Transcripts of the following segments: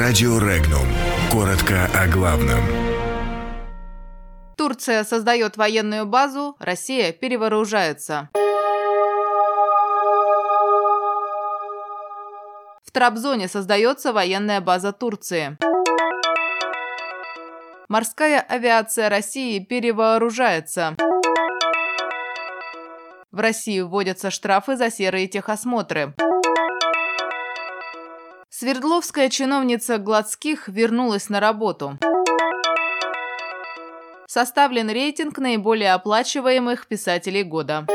Радио Регнум. Коротко о главном. Турция создает военную базу, Россия перевооружается. В Трабзоне создается военная база Турции. Морская авиация России перевооружается. В России вводятся штрафы за серые техосмотры. Свердловская чиновница Гладских вернулась на работу. Составлен рейтинг наиболее оплачиваемых писателей года.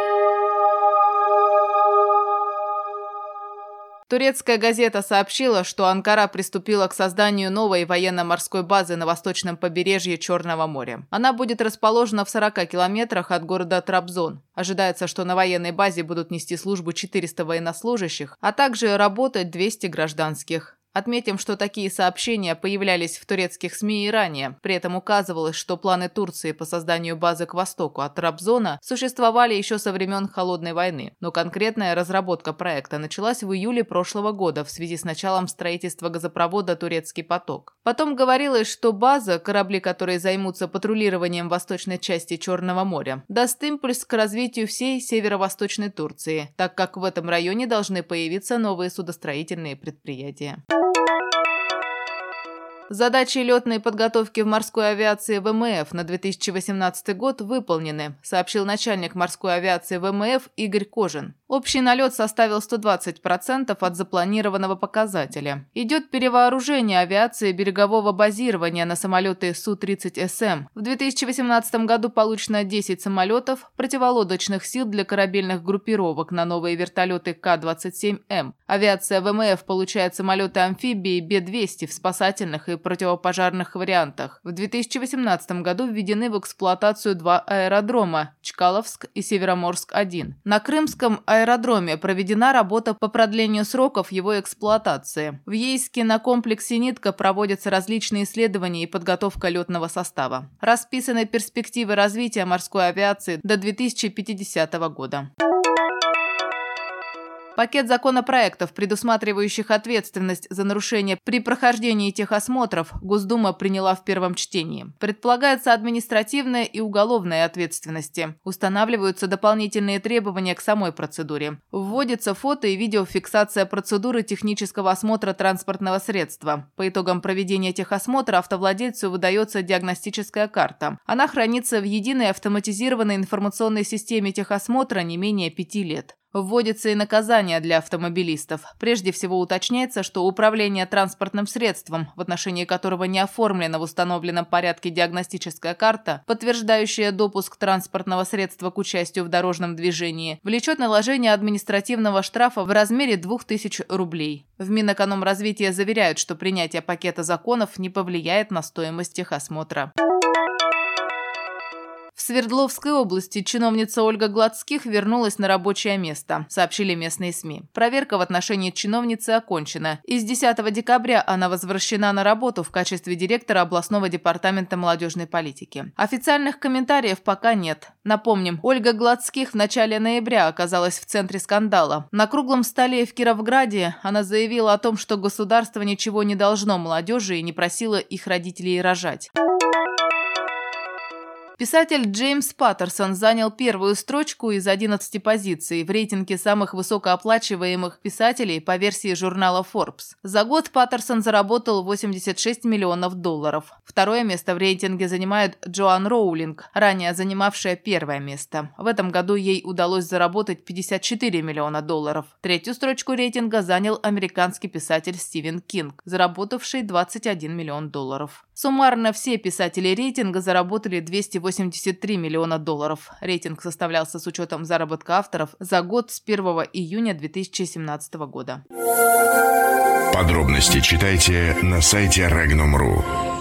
Турецкая газета сообщила, что Анкара приступила к созданию новой военно-морской базы на восточном побережье Черного моря. Она будет расположена в 40 километрах от города Трабзон. Ожидается, что на военной базе будут нести службу 400 военнослужащих, а также работать 200 гражданских. Отметим, что такие сообщения появлялись в турецких СМИ и ранее. При этом указывалось, что планы Турции по созданию базы к востоку от Трабзона существовали еще со времен Холодной войны. Но конкретная разработка проекта началась в июле прошлого года в связи с началом строительства газопровода «Турецкий поток». Потом говорилось, что база, корабли, которые займутся патрулированием восточной части Черного моря, даст импульс к развитию всей северо-восточной Турции, так как в этом районе должны появиться новые судостроительные предприятия. Задачи летной подготовки в морской авиации ВМФ на 2018 год выполнены, сообщил начальник морской авиации ВМФ Игорь Кожин. Общий налет составил 120% от запланированного показателя. Идет перевооружение авиации берегового базирования на самолеты Су-30СМ. В 2018 году получено 10 самолетов противолодочных сил для корабельных группировок на новые вертолеты К-27М. Авиация ВМФ получает самолеты-амфибии Б-200 в спасательных и противопожарных вариантах. В 2018 году введены в эксплуатацию 2 аэродрома – Чкаловск и Североморск-1. На Крымском аэродроме проведена работа по продлению сроков его эксплуатации. В Ейске на комплексе «Нитка» проводятся различные исследования и подготовка летного состава. Расписаны перспективы развития морской авиации до 2050 года. Пакет законопроектов, предусматривающих ответственность за нарушение при прохождении техосмотров, Госдума приняла в первом чтении. Предполагается административная и уголовная ответственности. Устанавливаются дополнительные требования к самой процедуре. Вводится фото- и видеофиксация процедуры технического осмотра транспортного средства. По итогам проведения техосмотра автовладельцу выдается диагностическая карта. Она хранится в единой автоматизированной информационной системе техосмотра не менее 5 лет. Вводится и наказание для автомобилистов. Прежде всего уточняется, что управление транспортным средством, в отношении которого не оформлена в установленном порядке диагностическая карта, подтверждающая допуск транспортного средства к участию в дорожном движении, влечет наложение административного штрафа в размере 2000 рублей. В Минэкономразвития заверяют, что принятие пакета законов не повлияет на стоимость техосмотра. В Свердловской области чиновница Ольга Гладских вернулась на рабочее место, сообщили местные СМИ. Проверка в отношении чиновницы окончена. И с 10 декабря она возвращена на работу в качестве директора областного департамента молодежной политики. Официальных комментариев пока нет. Напомним, Ольга Гладских в начале ноября оказалась в центре скандала. На круглом столе в Кировграде она заявила о том, что государство ничего не должно молодежи и не просило их родителей рожать. Писатель Джеймс Паттерсон занял первую строчку из 11 позиций в рейтинге самых высокооплачиваемых писателей по версии журнала Forbes. За год Паттерсон заработал $86 миллионов. Второе место в рейтинге занимает Джоан Роулинг, ранее занимавшая первое место. В этом году ей удалось заработать $54 миллиона. Третью строчку рейтинга занял американский писатель Стивен Кинг, заработавший $21 миллион. Суммарно все писатели рейтинга заработали $283 миллиона. Рейтинг составлялся с учетом заработка авторов за год с 1 июня 2017 года. Подробности читайте на сайте Regnum.ru.